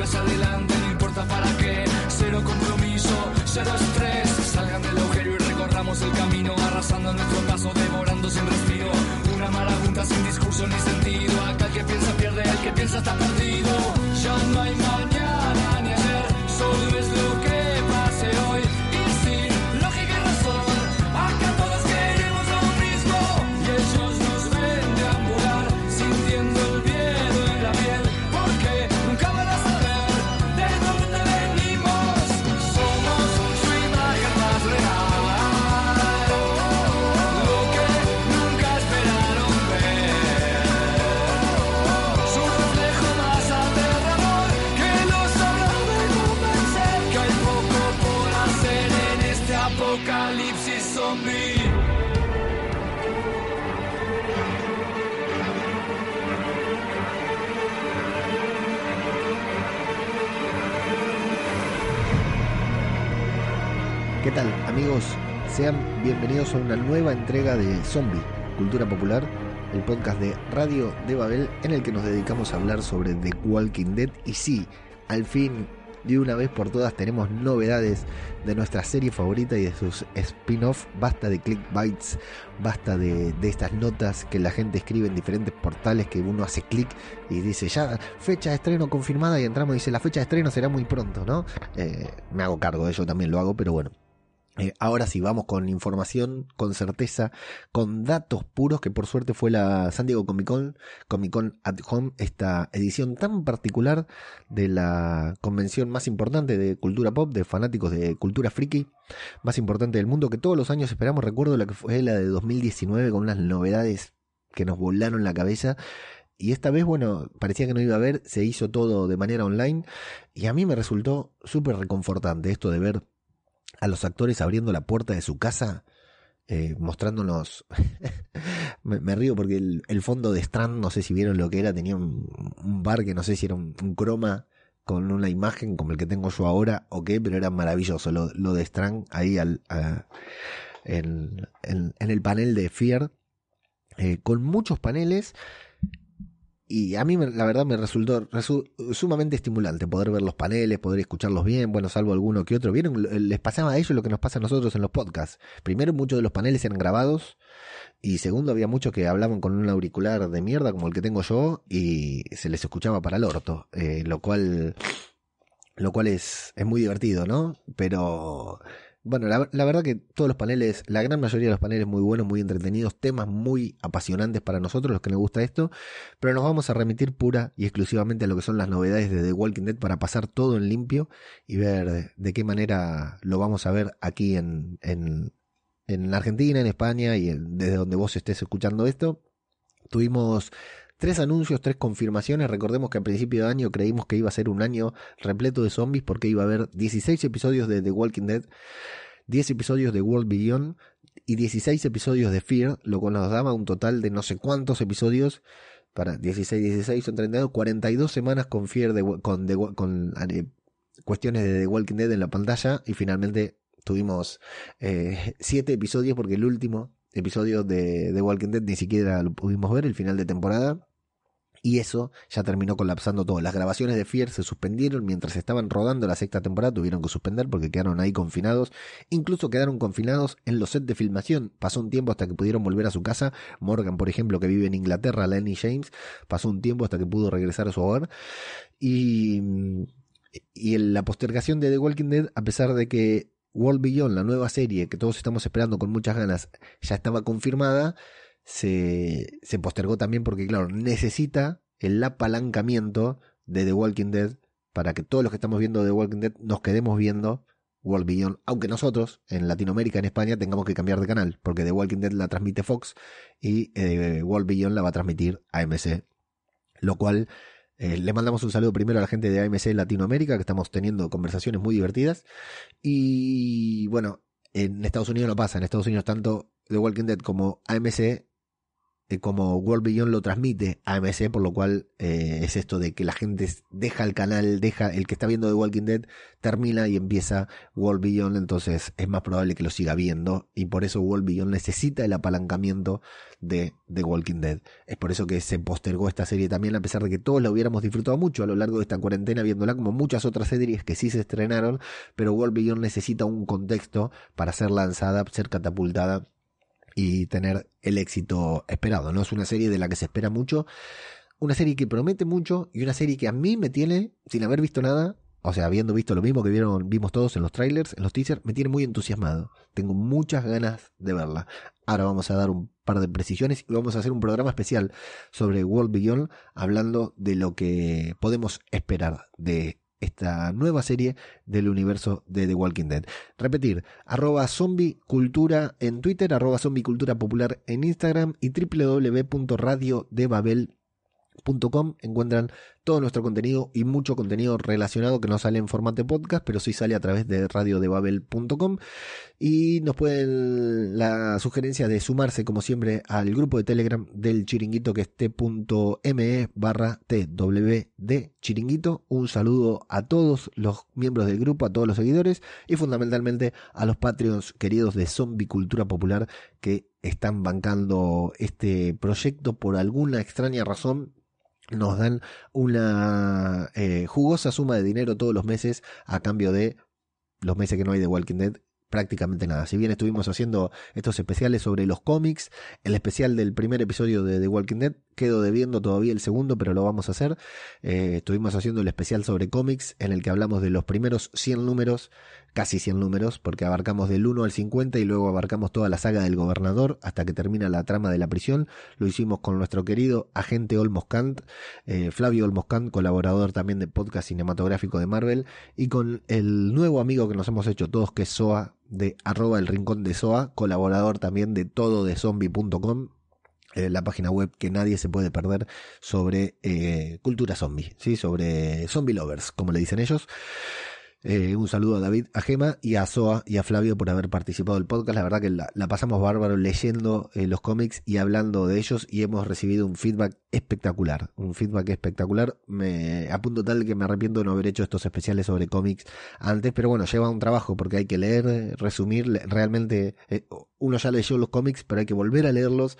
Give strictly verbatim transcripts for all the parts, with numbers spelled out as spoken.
hacia adelante, no importa para qué. Cero compromiso, cero estrés. Salgan del agujero y recorramos el camino, arrasando nuestro paso, devorando sin respiro. Una marabunta sin discurso ni sentido. Acá el que piensa pierde, el que piensa está perdido. Ya no hay mañana ni ayer, solo es lo que pase hoy. Y sin lógica y razón, acá todos queremos lo mismo. Y ellos nos ven deambular, sintiendo el miedo en la piel, porque nunca van a saber de dónde venimos. Somos su imagen más real, lo que nunca esperaron ver. Su reflejo más aterrador, que los habrá de convencer que hay poco por hacer en este apocalipsis zombie. ¿Qué tal, amigos? Sean bienvenidos a una nueva entrega de Zombie, Cultura Popular, el podcast de Radio de Babel en el que nos dedicamos a hablar sobre The Walking Dead. Y sí, al fin, de una vez por todas, tenemos novedades de nuestra serie favorita y de sus spin-off. Basta de clickbaits, basta de, de estas notas que la gente escribe en diferentes portales que uno hace clic y dice ya, fecha de estreno confirmada, y entramos y dice la fecha de estreno será muy pronto, ¿no? Eh, me hago cargo de ello, también lo hago, pero bueno. Eh, ahora sí, vamos con información, con certeza, con datos puros, que por suerte fue la San Diego Comic Con, Comic Con at Home, esta edición tan particular de la convención más importante de cultura pop, de fanáticos de cultura friki, más importante del mundo, que todos los años esperamos. Recuerdo la que fue la de dos mil diecinueve con unas novedades que nos volaron la cabeza. Y esta vez, bueno, parecía que no iba a haber, se hizo todo de manera online, y a mí me resultó súper reconfortante esto de ver a los actores abriendo la puerta de su casa, eh, mostrándonos me, me río porque el, el fondo de Strand, no sé si vieron lo que era, tenía un, un bar que no sé si era un, un croma con una imagen como el que tengo yo ahora o qué, pero era maravilloso lo, lo de Strand ahí al, a, en, en, en el panel de Fear, eh, con muchos paneles. Y a mí, la verdad, me resultó resu- sumamente estimulante poder ver los paneles, poder escucharlos bien, bueno, salvo alguno que otro. ¿Vieron? Les pasaba a ellos lo que nos pasa a nosotros en los podcasts. Primero, muchos de los paneles eran grabados. Y segundo, había muchos que hablaban con un auricular de mierda como el que tengo yo y se les escuchaba para el orto. Eh, lo cual, lo cual es, es muy divertido, ¿no? Pero... Bueno, la, la verdad que todos los paneles, la gran mayoría de los paneles muy buenos, muy entretenidos, temas muy apasionantes para nosotros, los que nos gusta esto, pero nos vamos a remitir pura y exclusivamente a lo que son las novedades de The Walking Dead para pasar todo en limpio y ver de, de qué manera lo vamos a ver aquí en, en, en Argentina, en España y en, desde donde vos estés escuchando esto. Tuvimos tres anuncios, tres confirmaciones. Recordemos que a principio de año creímos que iba a ser un año repleto de zombies porque iba a haber dieciséis episodios de The Walking Dead, diez episodios de World Beyond y dieciséis episodios de Fear, lo cual nos daba un total de no sé cuántos episodios. Para dieciséis, dieciséis son treinta y dos, cuarenta y dos semanas con Fear, de, con, de, con eh, cuestiones de The Walking Dead en la pantalla, y finalmente tuvimos eh, siete episodios porque el último episodio de The Walking Dead ni siquiera lo pudimos ver, el final de temporada. Y eso ya terminó colapsando todo. Las grabaciones de Fear se suspendieron mientras estaban rodando la sexta temporada. Tuvieron que suspender porque quedaron ahí confinados. Incluso quedaron confinados en los sets de filmación. Pasó un tiempo hasta que pudieron volver a su casa. Morgan, por ejemplo, que vive en Inglaterra, Lenny James, pasó un tiempo hasta que pudo regresar a su hogar. Y, y en la postergación de The Walking Dead, a pesar de que World Beyond, la nueva serie que todos estamos esperando con muchas ganas, ya estaba confirmada, Se, se postergó también porque, claro, necesita el apalancamiento de The Walking Dead para que todos los que estamos viendo The Walking Dead nos quedemos viendo World Beyond, aunque nosotros en Latinoamérica, en España, tengamos que cambiar de canal porque The Walking Dead la transmite Fox y eh, World Beyond la va a transmitir A M C, lo cual eh, le mandamos un saludo primero a la gente de A M C Latinoamérica, que estamos teniendo conversaciones muy divertidas. Y bueno, en Estados Unidos no pasa. En Estados Unidos tanto The Walking Dead como A M C eh, como World Beyond lo transmite A M C, por lo cual eh, es esto de que la gente deja el canal, deja el que está viendo The Walking Dead, termina y empieza World Beyond, entonces es más probable que lo siga viendo, y por eso World Beyond necesita el apalancamiento de The Walking Dead. Es por eso que se postergó esta serie también, a pesar de que todos la hubiéramos disfrutado mucho a lo largo de esta cuarentena viéndola, como muchas otras series que sí se estrenaron, pero World Beyond necesita un contexto para ser lanzada, ser catapultada y tener el éxito esperado, ¿no? Es una serie de la que se espera mucho, una serie que promete mucho y una serie que a mí me tiene, sin haber visto nada, o sea, habiendo visto lo mismo que vieron, vimos todos en los trailers, en los teasers, me tiene muy entusiasmado. Tengo muchas ganas de verla. Ahora vamos a dar un par de precisiones y vamos a hacer un programa especial sobre World Beyond, hablando de lo que podemos esperar de esta nueva serie del universo de The Walking Dead. Repetir, arroba zombie cultura en Twitter, arroba zombie cultura popular en Instagram y doble u doble u doble u punto radio de babel punto com. Encuentran todo nuestro contenido y mucho contenido relacionado que no sale en formato de podcast, pero sí sale a través de radio de babel punto com, y nos pueden la sugerencia de sumarse como siempre al grupo de Telegram del Chiringuito, que es t.me barra twd Chiringuito. Un saludo a todos los miembros del grupo, a todos los seguidores y fundamentalmente a los Patreons queridos de Zombie Cultura Popular, que están bancando este proyecto por alguna extraña razón. Nos dan una eh, jugosa suma de dinero todos los meses a cambio de los meses que no hay de Walking Dead, prácticamente nada. Si bien estuvimos haciendo estos especiales sobre los cómics, el especial del primer episodio de The Walking Dead, quedo debiendo todavía el segundo, pero lo vamos a hacer. Eh, estuvimos haciendo el especial sobre cómics, en el que hablamos de los primeros cien números, casi cien números, porque abarcamos del uno al cincuenta y luego abarcamos toda la saga del gobernador hasta que termina la trama de la prisión. Lo hicimos con nuestro querido agente Olmos Kant, eh, Flavio Olmos Kant, colaborador también de podcast cinematográfico de Marvel, y con el nuevo amigo que nos hemos hecho todos, que es Soa, de arroba el rincón de Soa, colaborador también de todo de zombie punto com, eh, la página web que nadie se puede perder sobre eh, cultura zombie, ¿sí? Sobre zombie lovers, como le dicen ellos. Eh, un saludo a David, a Gema y a Soa y a Flavio por haber participado del podcast. La verdad que la, la pasamos bárbaro leyendo eh, los cómics y hablando de ellos, y hemos recibido un feedback espectacular, un feedback espectacular. Me a punto tal que me arrepiento de no haber hecho estos especiales sobre cómics antes, pero bueno, lleva un trabajo porque hay que leer, resumir, realmente eh, uno ya leyó los cómics, pero hay que volver a leerlos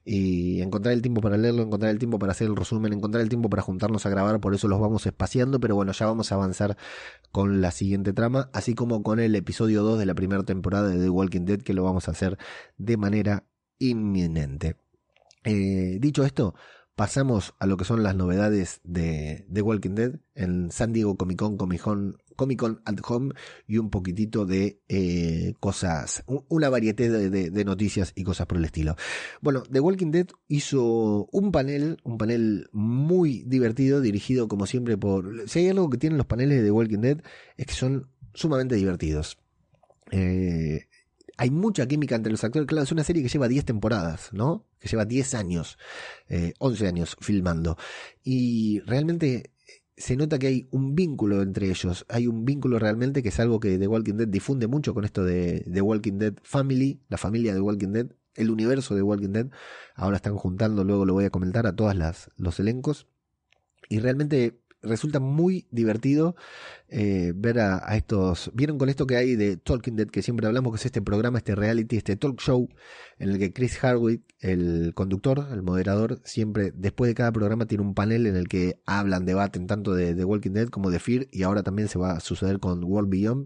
y encontrar el tiempo para leerlo, encontrar el tiempo para hacer el resumen, encontrar el tiempo para juntarnos a grabar. Por eso los vamos espaciando, pero bueno, ya vamos a avanzar con la siguiente trama, así como con el episodio dos de la primera temporada de The Walking Dead, que lo vamos a hacer de manera inminente. Eh, dicho esto, pasamos a lo que son las novedades de The Walking Dead en San Diego Comic Con, Comic Con, Comic Con at Home, y un poquitito de eh, cosas, una variedad de, de, de noticias y cosas por el estilo. Bueno, The Walking Dead hizo un panel, un panel muy divertido, dirigido como siempre por... Si hay algo que tienen los paneles de The Walking Dead, es que son sumamente divertidos. Eh... Hay mucha química entre los actores. Claro, es una serie que lleva diez temporadas, ¿no? Que lleva diez años, eh, once años filmando. Y realmente se nota que hay un vínculo entre ellos. Hay un vínculo realmente, que es algo que The Walking Dead difunde mucho con esto de The Walking Dead Family, la familia de Walking Dead, el universo de Walking Dead. Ahora están juntando, luego lo voy a comentar, a todas las los elencos. Y realmente resulta muy divertido eh, ver a, a estos... ¿Vieron con esto que hay de Talking Dead, que siempre hablamos, que es este programa, este reality, este talk show, en el que Chris Hardwick, el conductor, el moderador, siempre después de cada programa tiene un panel en el que hablan, debaten tanto de The Walking Dead como de Fear, y ahora también se va a suceder con World Beyond.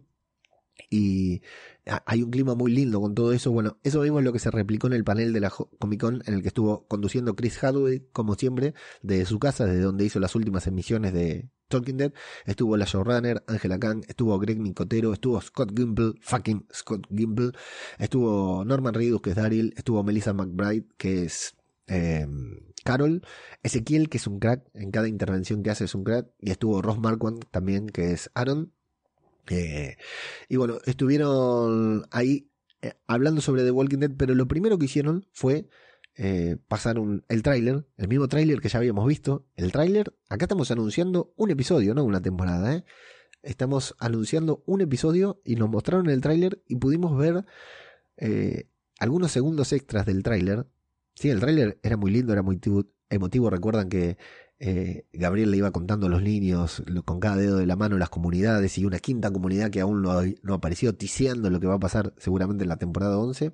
Y hay un clima muy lindo con todo eso. Bueno, eso mismo es lo que se replicó en el panel de la Comic Con, en el que estuvo conduciendo Chris Hardwick, como siempre, desde su casa, desde donde hizo las últimas emisiones de Talking Dead. Estuvo la showrunner Angela Kang, estuvo Greg Nicotero, estuvo Scott Gimple, fucking Scott Gimple, estuvo Norman Reedus, que es Daryl, estuvo Melissa McBride, que es eh, Carol, Ezequiel, que es un crack, en cada intervención que hace es un crack, y estuvo Ross Marquand también, que es Aaron. Eh, y bueno, estuvieron ahí eh, hablando sobre The Walking Dead, pero lo primero que hicieron fue eh, pasar un, el tráiler, el mismo tráiler que ya habíamos visto. El tráiler, acá estamos anunciando un episodio, no una temporada, ¿eh? Estamos anunciando un episodio y nos mostraron el tráiler y pudimos ver eh, algunos segundos extras del tráiler, Sí, el tráiler era muy lindo, era muy tibu- emotivo. Recuerdan que eh, Gabriel le iba contando a los niños lo- con cada dedo de la mano las comunidades y una quinta comunidad que aún no, ha- no apareció, ticiando lo que va a pasar seguramente en la temporada once.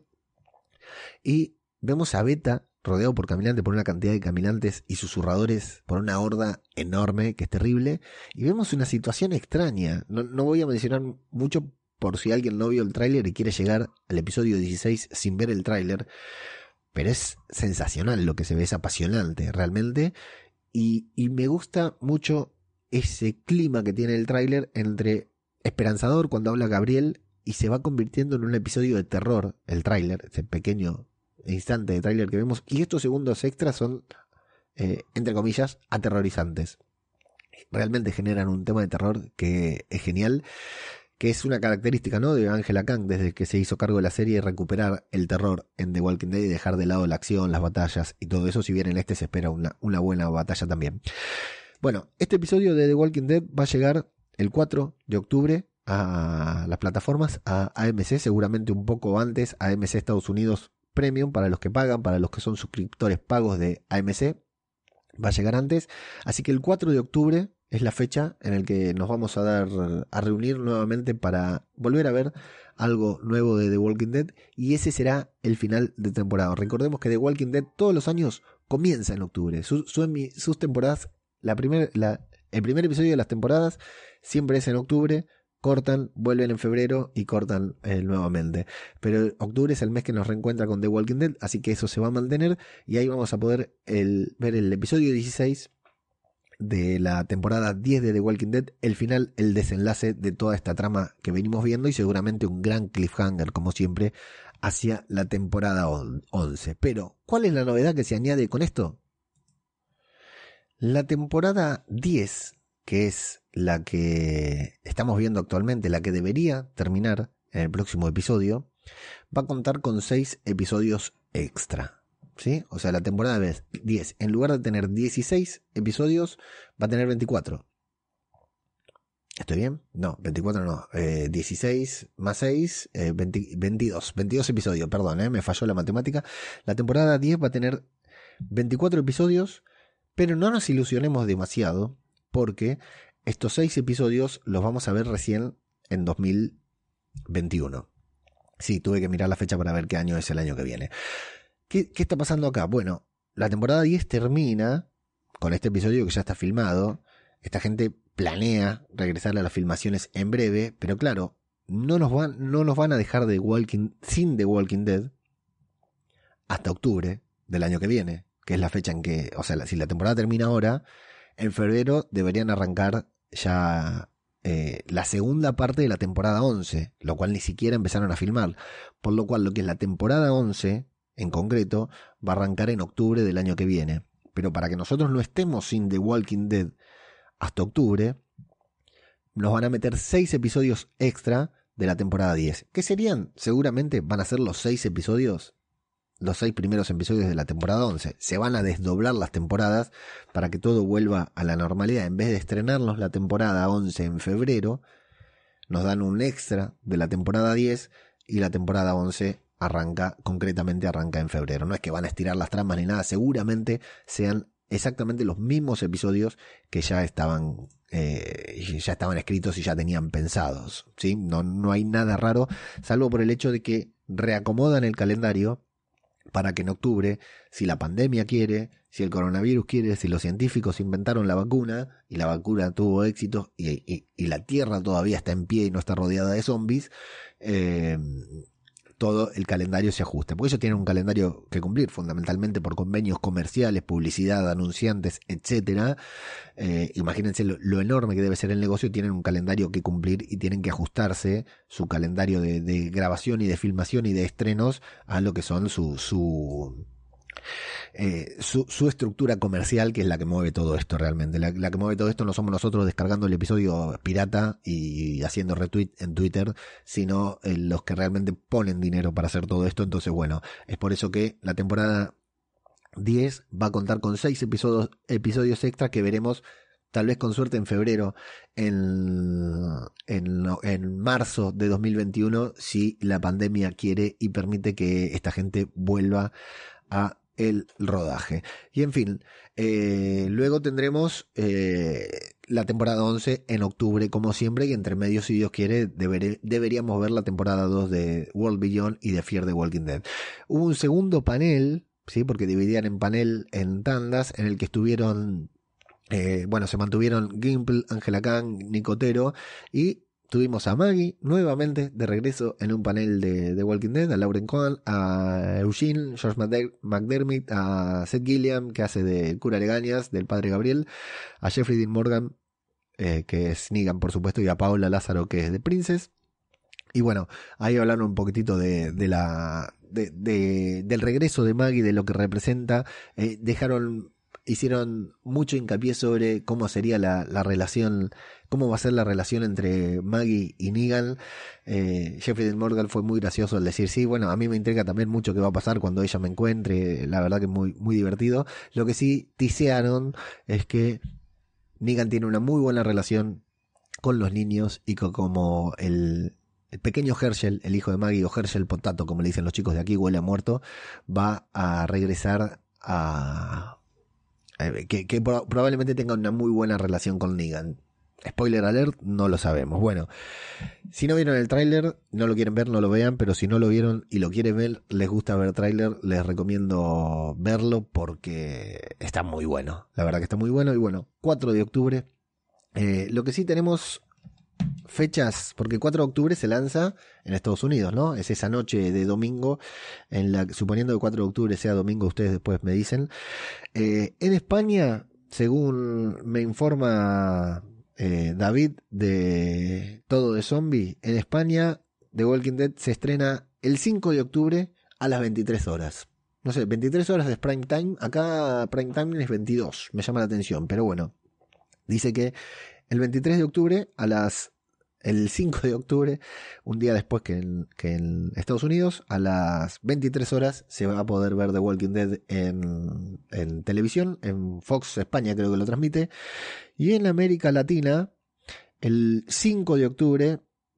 Y vemos a Beta rodeado por caminantes, por una cantidad de caminantes y susurradores, por una horda enorme que es terrible. Y vemos una situación extraña. No, no voy a mencionar mucho por si alguien no vio el tráiler y quiere llegar al episodio dieciséis sin ver el tráiler. Pero es sensacional lo que se ve, es apasionante realmente. Y, y me gusta mucho ese clima que tiene el tráiler entre esperanzador cuando habla Gabriel y se va convirtiendo en un episodio de terror, el tráiler, ese pequeño instante de tráiler que vemos, y estos segundos extras son, eh, entre comillas, aterrorizantes. Realmente generan un tema de terror que es genial, que es una característica, ¿no?, de Angela Kang desde que se hizo cargo de la serie, recuperar el terror en The Walking Dead y dejar de lado la acción, las batallas y todo eso, si bien en este se espera una, una buena batalla también. Bueno, este episodio de The Walking Dead va a llegar el cuatro de octubre a las plataformas, a A M C, seguramente un poco antes, A M C Estados Unidos Premium, para los que pagan, para los que son suscriptores pagos de A M C, va a llegar antes, así que el cuatro de octubre es la fecha en la que nos vamos a dar a reunir nuevamente para volver a ver algo nuevo de The Walking Dead, y ese será el final de temporada. Recordemos que The Walking Dead todos los años comienza en octubre, sus, sus temporadas, la primer, la, el primer episodio de las temporadas siempre es en octubre, cortan, vuelven en febrero y cortan eh, nuevamente. Pero octubre es el mes que nos reencuentra con The Walking Dead, así que eso se va a mantener y ahí vamos a poder el, ver el episodio dieciséis de la temporada diez de The Walking Dead, el final, el desenlace de toda esta trama que venimos viendo y seguramente un gran cliffhanger, como siempre, hacia la temporada once. Pero, ¿cuál es la novedad que se añade con esto? La temporada diez, que es la que estamos viendo actualmente, la que debería terminar en el próximo episodio, va a contar con seis episodios extra, ¿sí? O sea, la temporada diez, en lugar de tener dieciséis episodios, va a tener veinticuatro. ¿Estoy bien? No, veinticuatro no. Eh, dieciséis más seis, eh, veinte, veintidós. veintidós episodios, perdón, eh, me falló la matemática. La temporada diez va a tener veinticuatro episodios, pero no nos ilusionemos demasiado, porque estos seis episodios los vamos a ver recién en dos mil veintiuno. Sí, tuve que mirar la fecha para ver qué año es el año que viene. ¿Qué, qué está pasando acá? Bueno, la temporada diez termina con este episodio que ya está filmado. Esta gente planea regresar a las filmaciones en breve, pero claro, no nos van, no nos van a dejar de Walking, sin The Walking Dead hasta octubre del año que viene, que es la fecha en que, o sea, si la temporada termina ahora, en febrero deberían arrancar ya eh, la segunda parte de la temporada once, lo cual ni siquiera empezaron a filmar, por lo cual lo que es la temporada once en concreto va a arrancar en octubre del año que viene. Pero para que nosotros no estemos sin The Walking Dead hasta octubre, nos van a meter seis episodios extra de la temporada diez, que serían, seguramente van a ser los seis episodios, los seis primeros episodios de la temporada once. Se van a desdoblar las temporadas para que todo vuelva a la normalidad. En vez de estrenarnos la temporada once en febrero, nos dan un extra de la temporada diez y la temporada once arranca, concretamente arranca en febrero. No es que van a estirar las tramas ni nada, seguramente sean exactamente los mismos episodios que ya estaban eh, ya estaban escritos y ya tenían pensados, ¿sí? No, no hay nada raro, salvo por el hecho de que reacomodan el calendario para que en octubre, si la pandemia quiere, si el coronavirus quiere, si los científicos inventaron la vacuna y la vacuna tuvo éxito y, y, y la Tierra todavía está en pie y no está rodeada de zombies, eh, todo el calendario se ajuste. Porque ellos tienen un calendario que cumplir, fundamentalmente por convenios comerciales, publicidad, anunciantes, etcétera. Eh, imagínense lo, lo enorme que debe ser el negocio. Tienen un calendario que cumplir y tienen que ajustarse su calendario de, de grabación y de filmación y de estrenos a lo que son su su, eh, su su estructura comercial, que es la que mueve todo esto realmente. La, la que mueve todo esto no somos nosotros descargando el episodio pirata y haciendo retweet en Twitter, sino eh, los que realmente ponen dinero para hacer todo esto. Entonces, bueno, es por eso que la temporada diez va a contar con seis episodios, episodios extra que veremos tal vez con suerte en febrero, en, en, en marzo de dos mil veintiuno, si la pandemia quiere y permite que esta gente vuelva a el rodaje. Y en fin, eh, luego tendremos eh, la temporada once en octubre, como siempre, y entre medio, si Dios quiere, deber, deberíamos ver la temporada dos de World Beyond y de Fear the Walking Dead. Hubo un segundo panel, ¿sí? Porque dividían en panel en tandas, en el que estuvieron, eh, bueno, se mantuvieron Gimple, Angela Kang, Nicotero, y tuvimos a Maggie nuevamente de regreso en un panel de, de Walking Dead, a Lauren Cohan, a Eugene, George McDermott, a Seth Gilliam, que hace de cura Legañas, del padre Gabriel, a Jeffrey Dean Morgan, eh, que es Negan, por supuesto, y a Paola Lázaro, que es de Princess. Y bueno, ahí hablaron un poquitito de, de la de, de, del regreso de Maggie, de lo que representa. Eh, dejaron... hicieron mucho hincapié sobre cómo sería la, la relación, cómo va a ser la relación entre Maggie y Negan. Eh, Jeffrey Dean Morgan fue muy gracioso al decir, sí, bueno, a mí me intriga también mucho qué va a pasar cuando ella me encuentre, la verdad que muy, muy divertido. Lo que sí tisearon es que Negan tiene una muy buena relación con los niños y con como el... El pequeño Herschel, el hijo de Maggie, o Herschel Potato, como le dicen los chicos de aquí, huele a muerto, va a regresar a... Que, que probablemente tenga una muy buena relación con Negan. Spoiler alert, no lo sabemos. Bueno, si no vieron el tráiler, no lo quieren ver, no lo vean, pero si no lo vieron y lo quieren ver, les gusta ver tráiler, les recomiendo verlo porque está muy bueno. La verdad que está muy bueno. Y bueno, cuatro de octubre. Eh, lo que sí tenemos fechas, porque cuatro de octubre se lanza en Estados Unidos, ¿no? Es esa noche de domingo, en la, suponiendo que cuatro de octubre sea domingo, ustedes después me dicen. Eh, en España, según me informa eh, David de Todo de Zombie, en España The Walking Dead se estrena el cinco de octubre a las veintitrés horas. No sé, veintitrés horas es prime time, acá prime time es veintidós, me llama la atención, pero bueno, dice que el veintitrés de octubre a las... El cinco de octubre, un día después que en, que en Estados Unidos, a las veintitrés horas se va a poder ver The Walking Dead en, en televisión, en Fox España creo que lo transmite, y en América Latina, el cinco de octubre,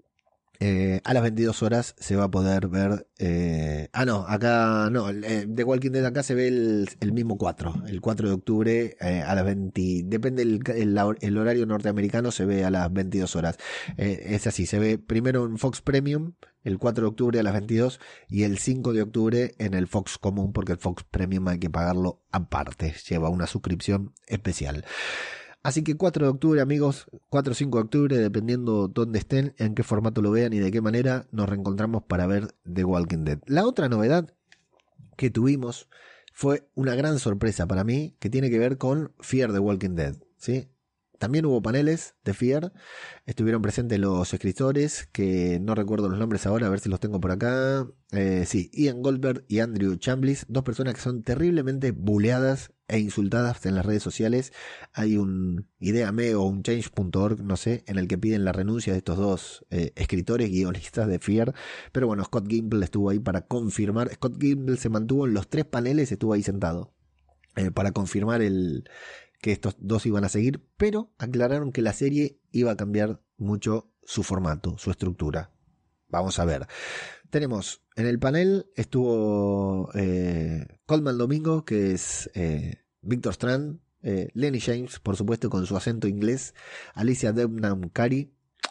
eh, a las veintidós horas se va a poder ver... Eh, ah, no, acá no, eh, The Walking Dead acá se ve el, el mismo cuatro, el cuatro de octubre eh, a las veinte, depende el, el, el horario norteamericano, se ve a las veintidós horas. Eh, es así, se ve primero en Fox Premium, el cuatro de octubre a las veintidós, y el cinco de octubre en el Fox común, porque el Fox Premium hay que pagarlo aparte, lleva una suscripción especial. Así que cuatro de octubre, amigos, cuatro o cinco de octubre, dependiendo dónde estén, en qué formato lo vean y de qué manera, nos reencontramos para ver The Walking Dead. La otra novedad que tuvimos fue una gran sorpresa para mí, que tiene que ver con Fear the Walking Dead, ¿sí? También hubo paneles de Fear, estuvieron presentes los escritores, que no recuerdo los nombres ahora, a ver si los tengo por acá. Eh, sí, Ian Goldberg y Andrew Chambliss, dos personas que son terriblemente buleadas e insultadas en las redes sociales. Hay un Ideame o un change punto org, no sé, en el que piden la renuncia de estos dos eh, escritores, guionistas de Fear. Pero bueno, Scott Gimple estuvo ahí para confirmar. Scott Gimple se mantuvo en los tres paneles, estuvo ahí sentado eh, para confirmar el... que estos dos iban a seguir, pero aclararon que la serie iba a cambiar mucho su formato, su estructura. Vamos a ver. Tenemos en el panel, estuvo eh, Coleman Domingo, que es eh, Victor Strand, eh, Lenny James, por supuesto, con su acento inglés, Alicia Debnam Cary,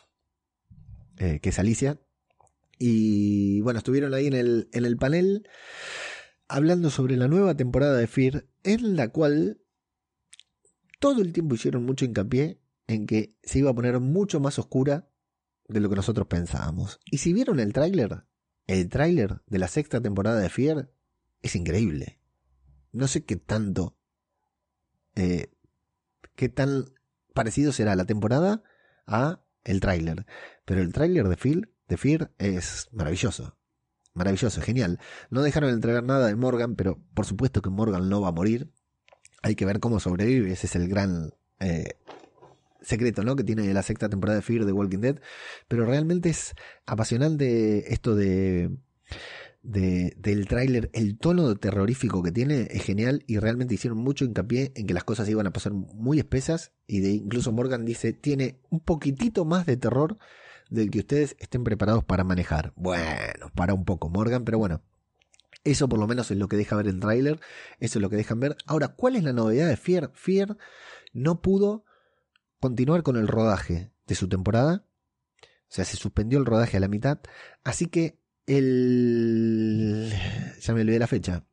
eh, que es Alicia, y bueno, estuvieron ahí en el, en el panel hablando sobre la nueva temporada de Fear, en la cual todo el tiempo hicieron mucho hincapié en que se iba a poner mucho más oscura de lo que nosotros pensábamos. Y si vieron el tráiler, el tráiler de la sexta temporada de Fear es increíble. No sé qué tanto, eh, qué tan parecido será la temporada a el tráiler. Pero el tráiler de Fear, de Fear es maravilloso. Maravilloso, genial. No dejaron entregar nada de Morgan, pero por supuesto que Morgan no va a morir. Hay que ver cómo sobrevive, ese es el gran eh, secreto, ¿no?, que tiene la sexta temporada de Fear the Walking Dead. Pero realmente es apasionante esto de, de del tráiler, el tono terrorífico que tiene es genial y realmente hicieron mucho hincapié en que las cosas iban a pasar muy espesas y de incluso Morgan dice, tiene un poquitito más de terror del que ustedes estén preparados para manejar. Bueno, para un poco Morgan, pero bueno. Eso por lo menos es lo que deja ver el tráiler, eso es lo que dejan ver. Ahora, ¿cuál es la novedad de Fear? Fear no pudo continuar con el rodaje de su temporada, o sea, se suspendió el rodaje a la mitad, así que el... ya me olvidé la fecha.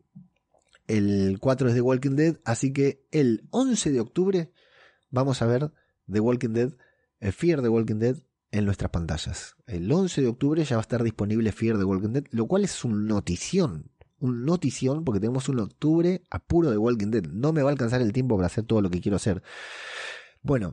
El cuatro es The Walking Dead, así que el once de octubre vamos a ver The Walking Dead, eh, Fear the Walking Dead en nuestras pantallas. El once de octubre ya va a estar disponible Fear the Walking Dead, lo cual es un notición. Un notición porque tenemos un octubre a puro de Walking Dead. No me va a alcanzar el tiempo para hacer todo lo que quiero hacer. Bueno,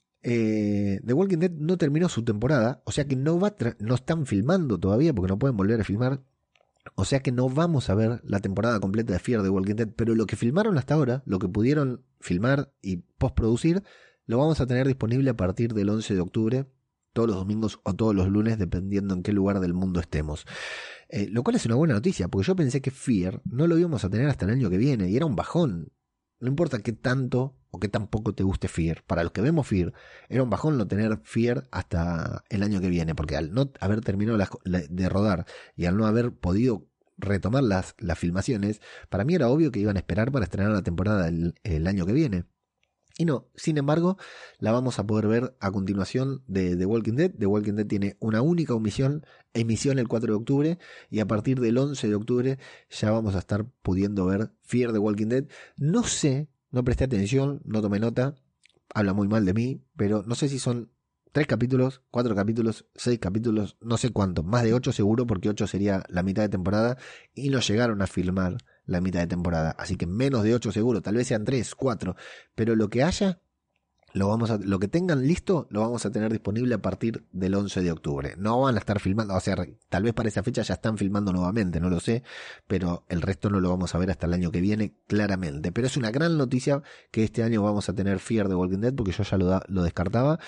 eh, The Walking Dead no terminó su temporada, o sea que no va tra- no están filmando todavía porque no pueden volver a filmar. O sea que no vamos a ver la temporada completa de Fear the Walking Dead, pero lo que filmaron hasta ahora, lo que pudieron filmar y postproducir, lo vamos a tener disponible a partir del once de octubre, todos los domingos o todos los lunes, dependiendo en qué lugar del mundo estemos. Eh, lo cual es una buena noticia, porque yo pensé que Fear no lo íbamos a tener hasta el año que viene, y era un bajón. No importa qué tanto o qué tan poco te guste Fear. Para los que vemos Fear, era un bajón no tener Fear hasta el año que viene, porque al no haber terminado las, la, de rodar y al no haber podido retomar las, las filmaciones, para mí era obvio que iban a esperar para estrenar la temporada el, el año que viene. Y no, sin embargo, la vamos a poder ver a continuación de The Walking Dead. The Walking Dead tiene una única emisión, emisión el cuatro de octubre, y a partir del once de octubre ya vamos a estar pudiendo ver Fear the Walking Dead. No sé, no presté atención, no tomé nota, habla muy mal de mí, pero no sé si son tres capítulos, cuatro capítulos, seis capítulos, no sé cuántos, más de ocho seguro, porque ocho sería la mitad de temporada, y no llegaron a filmar la mitad de temporada, así que menos de ocho seguro, tal vez sean tres, cuatro, pero lo que haya, lo vamos a, lo que tengan listo, lo vamos a tener disponible a partir del once de octubre. No van a estar filmando, o sea, tal vez para esa fecha ya están filmando nuevamente, no lo sé, pero el resto no lo vamos a ver hasta el año que viene, claramente. Pero es una gran noticia que este año vamos a tener Fear the Walking Dead, porque yo ya lo, da, lo descartaba.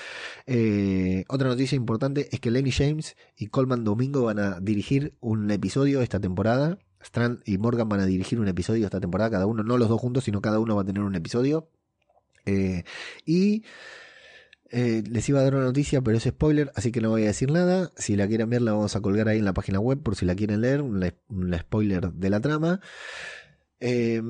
Eh, otra noticia importante es que Lenny James y Coleman Domingo van a dirigir un episodio esta temporada. Strand y Morgan van a dirigir un episodio esta temporada, cada uno, no los dos juntos, sino cada uno va a tener un episodio. Eh, y eh, les iba a dar una noticia, pero es spoiler, así que no voy a decir nada. Si la quieren ver, la vamos a colgar ahí en la página web por si la quieren leer, un spoiler de la trama. Eh,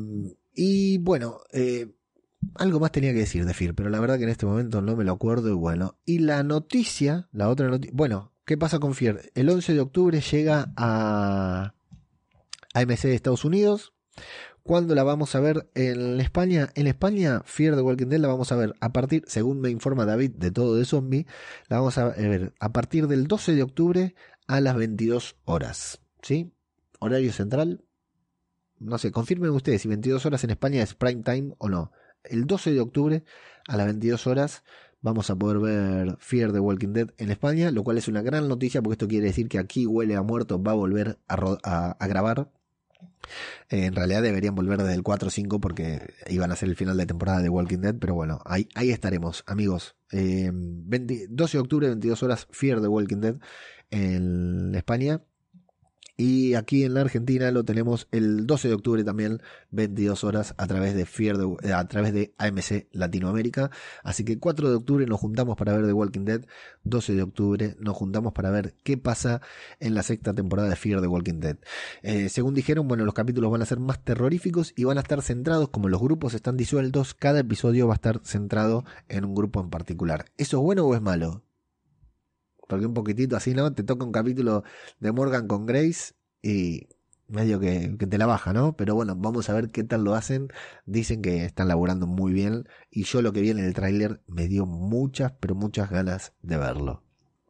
y bueno, eh, algo más tenía que decir de Fear, pero la verdad que en este momento no me lo acuerdo. Y bueno, y la noticia, la otra noticia, bueno, ¿qué pasa con Fear? El once de octubre llega a A M C de Estados Unidos. ¿Cuándo la vamos a ver en España? En España, Fear the Walking Dead la vamos a ver a partir, según me informa David de Todo de Zombie, la vamos a ver a partir del doce de octubre a las veintidós horas. ¿Sí? Horario central. No sé, confirmen ustedes si veintidós horas en España es prime time o no. El doce de octubre a las veintidós horas vamos a poder ver Fear the Walking Dead en España, lo cual es una gran noticia porque esto quiere decir que Aquí Huele a Muerto va a volver a, a, a grabar. Eh, en realidad deberían volver desde el cuatro o cinco porque iban a ser el final de temporada de Walking Dead, pero bueno, ahí, ahí estaremos, amigos. Eh, veinte, doce de octubre, veintidós horas, Fear the Walking Dead en España. Y aquí en la Argentina lo tenemos el doce de octubre también, veintidós horas, a través de Fear the, a través de A M C Latinoamérica. Así que cuatro de octubre nos juntamos para ver The Walking Dead, doce de octubre nos juntamos para ver qué pasa en la sexta temporada de Fear the Walking Dead. Eh, según dijeron, bueno, los capítulos van a ser más terroríficos y van a estar centrados, como los grupos están disueltos, cada episodio va a estar centrado en un grupo en particular. ¿Eso es bueno o es malo? Porque un poquitito así, ¿no? Te toca un capítulo de Morgan con Grace y medio que, que te la baja, ¿no? Pero bueno, vamos a ver qué tal lo hacen. Dicen que están laburando muy bien y yo lo que vi en el tráiler me dio muchas, pero muchas ganas de verlo.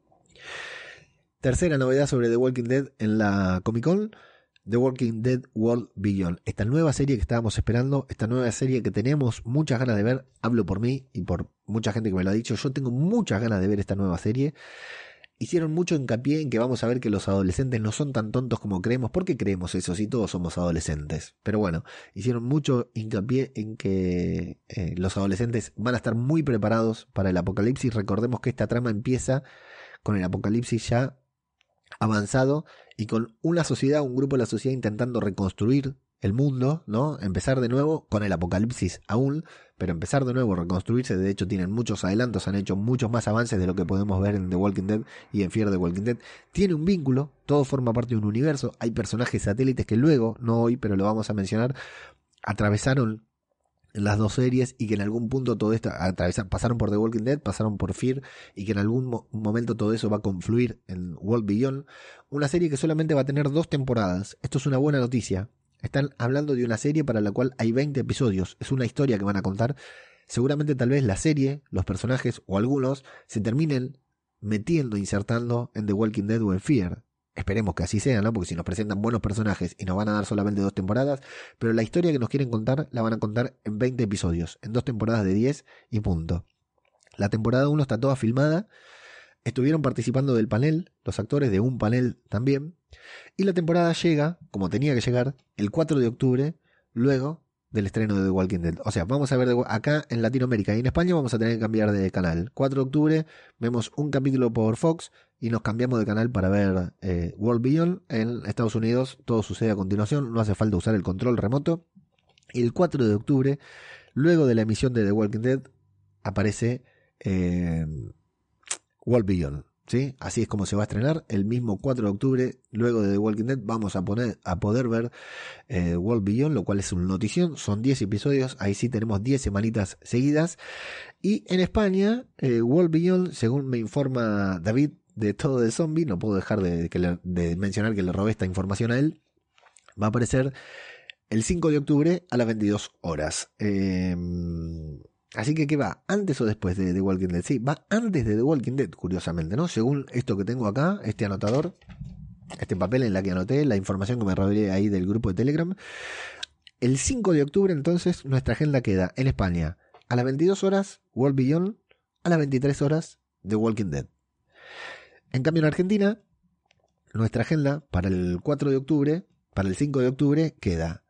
Tercera novedad sobre The Walking Dead en la Comic Con: The Walking Dead World Beyond. Esta nueva serie que estábamos esperando, esta nueva serie que tenemos muchas ganas de ver. Hablo por mí y por mucha gente que me lo ha dicho. Yo tengo muchas ganas de ver esta nueva serie. Hicieron mucho hincapié en que vamos a ver que los adolescentes no son tan tontos como creemos. ¿Por qué creemos eso si todos somos adolescentes? Pero bueno, hicieron mucho hincapié en que eh, los adolescentes van a estar muy preparados para el apocalipsis. Recordemos que esta trama empieza con el apocalipsis ya avanzado y con una sociedad, un grupo de la sociedad intentando reconstruir el mundo, ¿no? Empezar de nuevo con el apocalipsis aún, pero empezar de nuevo, reconstruirse. De hecho tienen muchos adelantos, han hecho muchos más avances de lo que podemos ver en The Walking Dead y en Fear the Walking Dead. Tiene un vínculo, todo forma parte de un universo, hay personajes satélites que luego, no hoy, pero lo vamos a mencionar, atravesaron las dos series y que en algún punto todo esto, atravesaron, pasaron por The Walking Dead, pasaron por Fear y que en algún mo- momento todo eso va a confluir en World Beyond, una serie que solamente va a tener dos temporadas. Esto es una buena noticia. Están hablando de una serie para la cual hay veinte episodios. Es una historia que van a contar. Seguramente tal vez la serie, los personajes o algunos se terminen metiendo, insertando en The Walking Dead o en Fear. Esperemos que así sea, ¿no? Porque si nos presentan buenos personajes y nos van a dar solamente dos temporadas, pero la historia que nos quieren contar la van a contar en veinte episodios, en dos temporadas de diez y punto. La temporada uno está toda filmada. Estuvieron participando del panel, los actores de un panel también. Y la temporada llega, como tenía que llegar, el cuatro de octubre, luego del estreno de The Walking Dead. O sea, vamos a ver de, acá en Latinoamérica y en España vamos a tener que cambiar de canal. cuatro de octubre vemos un capítulo por Fox y nos cambiamos de canal para ver eh, World Beyond. En Estados Unidos todo sucede a continuación, no hace falta usar el control remoto. Y el cuatro de octubre, luego de la emisión de The Walking Dead, aparece eh, World Beyond. ¿Sí? Así es como se va a estrenar el mismo cuatro de octubre. Luego de The Walking Dead vamos a, poner, a poder ver eh, World Beyond, lo cual es una notición. Son diez episodios, ahí sí tenemos diez semanitas seguidas. Y en España, eh, World Beyond, según me informa David de Todo de Zombie, no puedo dejar de, que le, de mencionar que le robé esta información a él, va a aparecer el cinco de octubre a las veintidós horas. Eh... Así que, ¿qué va? ¿Antes o después de The Walking Dead? Sí, va antes de The Walking Dead, curiosamente, ¿no? Según esto que tengo acá, este anotador, este papel en la que anoté la información que me revelé ahí del grupo de Telegram. El cinco de octubre, entonces, nuestra agenda queda en España a las veintidós horas, World Beyond, a las veintitrés horas, The Walking Dead. En cambio, en Argentina, nuestra agenda para el cuatro de octubre, para el cinco de octubre, queda...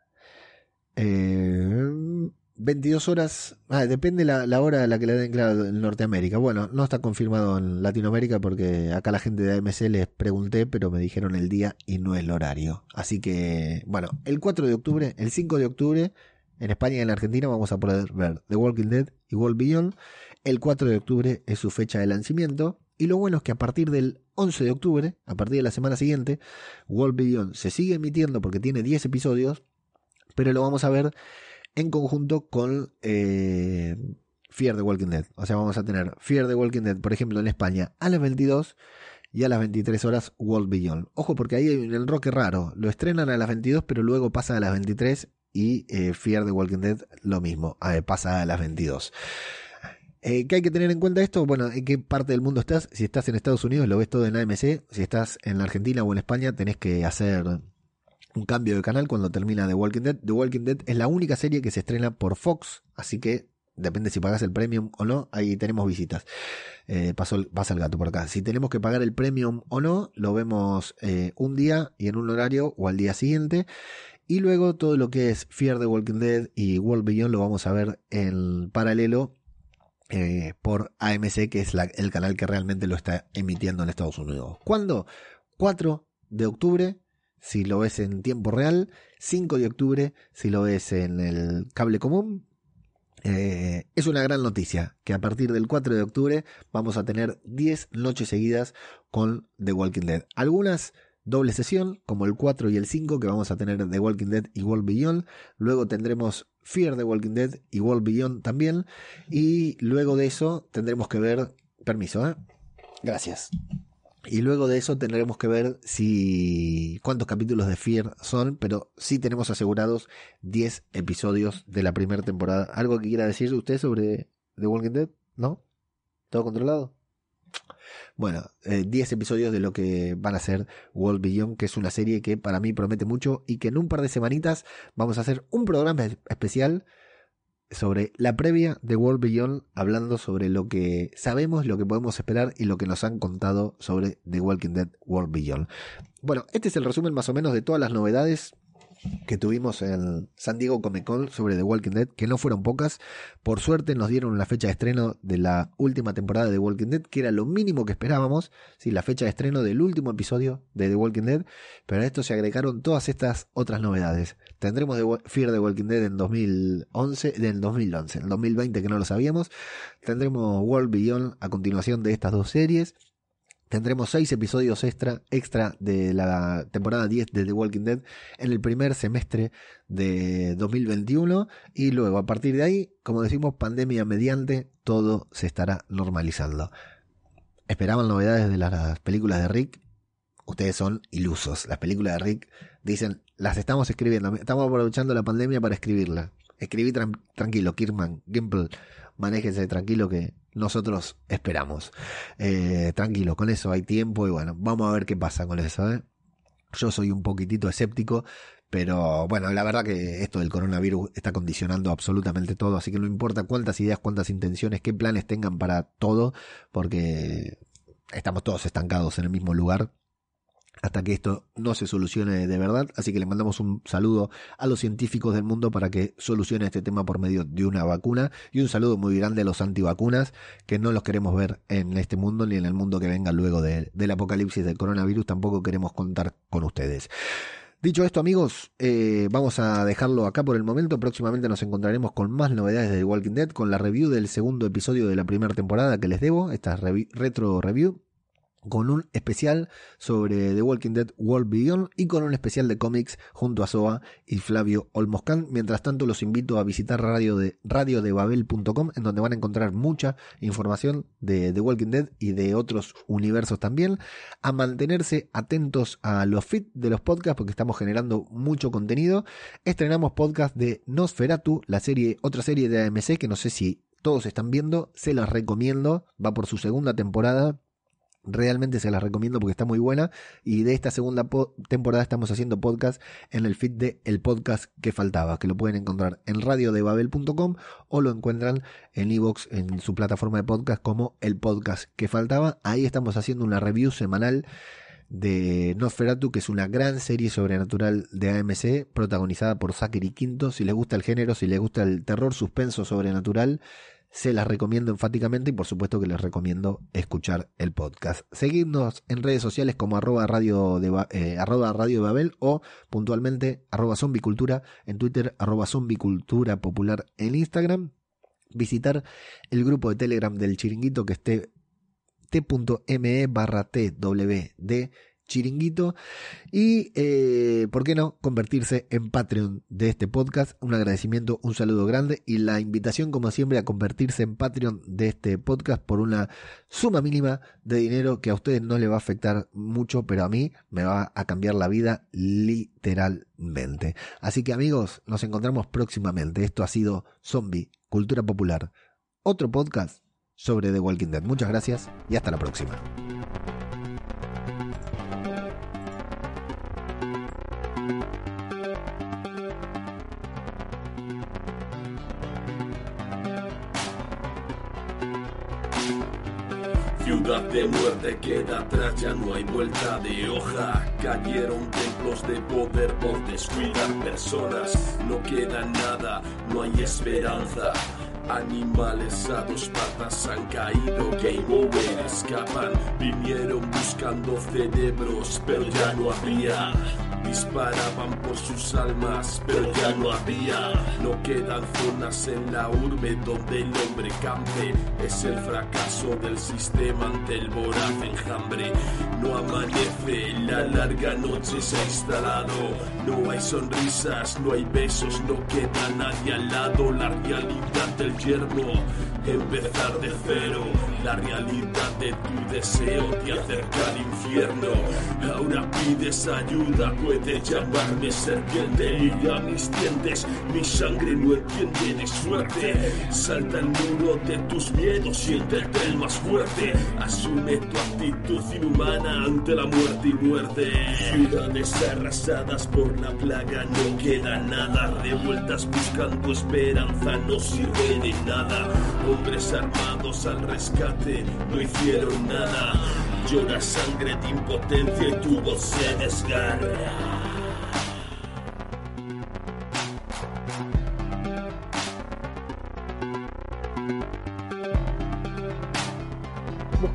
Eh... veintidós horas, ah, depende la, la hora a la que le den, claro, en Norteamérica. Bueno, no está confirmado en Latinoamérica porque acá la gente de A M C les pregunté, pero me dijeron el día y no el horario. Así que, bueno, el cuatro de octubre, el cinco de octubre, en España y en Argentina vamos a poder ver The Walking Dead y World Beyond. El cuatro de octubre es su fecha de lanzamiento. Y lo bueno es que a partir del once de octubre, a partir de la semana siguiente, World Beyond se sigue emitiendo porque tiene diez episodios, pero lo vamos a ver en conjunto con eh, Fear the Walking Dead. O sea, vamos a tener Fear the Walking Dead, por ejemplo, en España a las veintidós y a las veintitrés horas World Beyond. Ojo, porque ahí hay un enroque raro. Lo estrenan a las veintidós, pero luego pasa a las veintitrés y eh, Fear the Walking Dead lo mismo, eh, pasa a las veintidós. Eh, ¿Qué hay que tener en cuenta esto? Bueno, ¿en qué parte del mundo estás? Si estás en Estados Unidos, lo ves todo en A M C. Si estás en la Argentina o en España, tenés que hacer un cambio de canal cuando termina The Walking Dead. The Walking Dead es la única serie que se estrena por Fox, así que depende si pagas el premium o no, ahí tenemos visitas. Eh, pasó, pasa el gato por acá. Si tenemos que pagar el premium o no, lo vemos eh, un día y en un horario o al día siguiente. Y luego todo lo que es Fear the Walking Dead y World Beyond lo vamos a ver en paralelo eh, por A M C, que es la, el canal que realmente lo está emitiendo en Estados Unidos. ¿Cuándo? cuatro de octubre. Si lo ves en tiempo real, cinco de octubre, si lo ves en el cable común. Eh, es una gran noticia que a partir del cuatro de octubre vamos a tener diez noches seguidas con The Walking Dead. Algunas doble sesión, como el cuatro y el cinco, que vamos a tener The Walking Dead y World Beyond. Luego tendremos Fear the Walking Dead y World Beyond también. Y luego de eso tendremos que ver... Permiso, ¿eh? Gracias. Y luego de eso tendremos que ver si cuántos capítulos de Fear son, pero sí tenemos asegurados diez episodios de la primera temporada. ¿Algo que quiera decir usted sobre The Walking Dead? ¿No? ¿Todo controlado? Bueno, eh, diez episodios de lo que van a ser World Beyond, que es una serie que para mí promete mucho y que en un par de semanitas vamos a hacer un programa especial sobre la previa de World Beyond, hablando sobre lo que sabemos, lo que podemos esperar y lo que nos han contado sobre The Walking Dead World Beyond. Bueno, este es el resumen más o menos de todas las novedades que tuvimos en San Diego Comic Con sobre The Walking Dead, que no fueron pocas. Por suerte nos dieron la fecha de estreno de la última temporada de The Walking Dead, que era lo mínimo que esperábamos, ¿sí? La fecha de estreno del último episodio de The Walking Dead, pero a esto se agregaron todas estas otras novedades. Tendremos The Fear the Walking Dead en dos mil once, en dos mil once, en dos mil veinte que no lo sabíamos. Tendremos World Beyond a continuación de estas dos series. Tendremos seis episodios extra, extra de la temporada diez de The Walking Dead en el primer semestre de dos mil veintiuno. Y luego, a partir de ahí, como decimos, pandemia mediante, todo se estará normalizando. ¿Esperaban novedades de las películas de Rick? Ustedes son ilusos. Las películas de Rick, dicen, las estamos escribiendo. Estamos aprovechando la pandemia para escribirla. Escribí tran- tranquilo, Kirkman, Gimple, manéjese tranquilo que nosotros esperamos. Eh, tranquilo, con eso hay tiempo y bueno, vamos a ver qué pasa con eso, ¿eh? Yo soy un poquitito escéptico, pero bueno, la verdad que esto del coronavirus está condicionando absolutamente todo, así que no importa cuántas ideas, cuántas intenciones, qué planes tengan para todo, porque estamos todos estancados en el mismo lugar hasta que esto no se solucione de verdad, así que le mandamos un saludo a los científicos del mundo para que solucione este tema por medio de una vacuna, y un saludo muy grande a los antivacunas, que no los queremos ver en este mundo ni en el mundo que venga luego de, del apocalipsis del coronavirus, tampoco queremos contar con ustedes. Dicho esto, amigos, eh, vamos a dejarlo acá por el momento. Próximamente nos encontraremos con más novedades de The Walking Dead, con la review del segundo episodio de la primera temporada que les debo, esta revi- retro review, con un especial sobre The Walking Dead World Beyond y con un especial de cómics junto a Soa y Flavio Olmoscán. Mientras tanto, los invito a visitar radio de, radio de babel punto com, en donde van a encontrar mucha información de The Walking Dead y de otros universos también, a mantenerse atentos a los feeds de los podcasts porque estamos generando mucho contenido. Estrenamos podcast de Nosferatu, la serie, otra serie de A M C que no sé si todos están viendo, se las recomiendo, va por su segunda temporada. Realmente se las recomiendo porque está muy buena, y de esta segunda po- temporada estamos haciendo podcast en el feed de El Podcast que Faltaba, que lo pueden encontrar en radio de babel punto com o lo encuentran en iVoox, en su plataforma de podcast, como El Podcast que Faltaba. Ahí estamos haciendo una review semanal de Nosferatu, que es una gran serie sobrenatural de A M C protagonizada por Zachary Quinto. Si les gusta el género, si les gusta el terror, suspenso, sobrenatural, se las recomiendo enfáticamente, y por supuesto que les recomiendo escuchar el podcast. Seguidnos en redes sociales como arroba radio de, eh, arroba radio de Babel o puntualmente arroba zombicultura en Twitter, arroba zombicultura popular en Instagram. Visitar el grupo de Telegram del Chiringuito, que esté t.me barra twd Chiringuito, y eh, ¿por qué no convertirse en Patreon de este podcast? Un agradecimiento, un saludo grande, y la invitación como siempre a convertirse en Patreon de este podcast por una suma mínima de dinero que a ustedes no les va a afectar mucho, pero a mí me va a cambiar la vida literalmente. Así que, amigos, nos encontramos próximamente. Esto ha sido Zombie Cultura Popular, otro podcast sobre The Walking Dead. Muchas gracias y hasta la próxima. Ciudad de muerte queda atrás, ya no hay vuelta de hoja. Cayeron templos de poder por descuidar personas. No queda nada, no hay esperanza. Animales a dos patas han caído, game over, escapan. Vinieron buscando cerebros, pero ya no había. Disparaban por sus almas, pero ya no había. No quedan zonas en la urbe donde el hombre campe. Es el fracaso del sistema ante el voraz enjambre. No amanece, la larga noche se ha instalado. No hay sonrisas, no hay besos, no queda nadie al lado. La realidad del yermo, empezar de cero. La realidad de tu deseo te acerca al infierno. Ahora pides ayuda, puedes llamarme serpiente. Mira mis dientes, mi sangre no entiende de suerte. Salta el muro de tus miedos, siéntete el más fuerte. Asume tu actitud inhumana ante la muerte y muerte. Ciudades arrasadas por la plaga, no queda nada. Revueltas buscando esperanza, no sirve de nada. Hombres armados al rescate, no hicieron nada. Llora sangre de impotencia y tu voz se desgarra.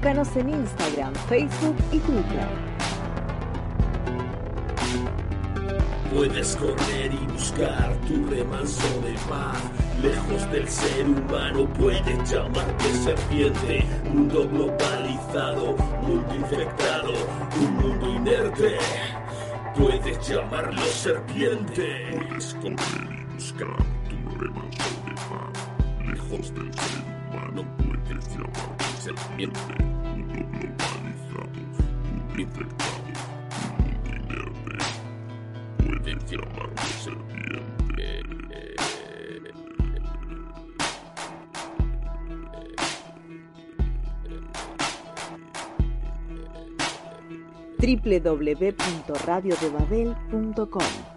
Búscanos en Instagram, Facebook y Twitter. Puedes correr y buscar tu remanso de paz. Lejos del ser humano puedes llamarte serpiente. Mundo globalizado, mundo infectado, un mundo inerte. Puedes llamarlo serpiente. Puedes correr y buscar tu remanso de paz. Lejos del ser humano puedes llamarte serpiente. Mundo globalizado, mundo infectado, un mundo inerte. Puedes llamarlo serpiente. doble u doble u doble u punto radio de babel punto com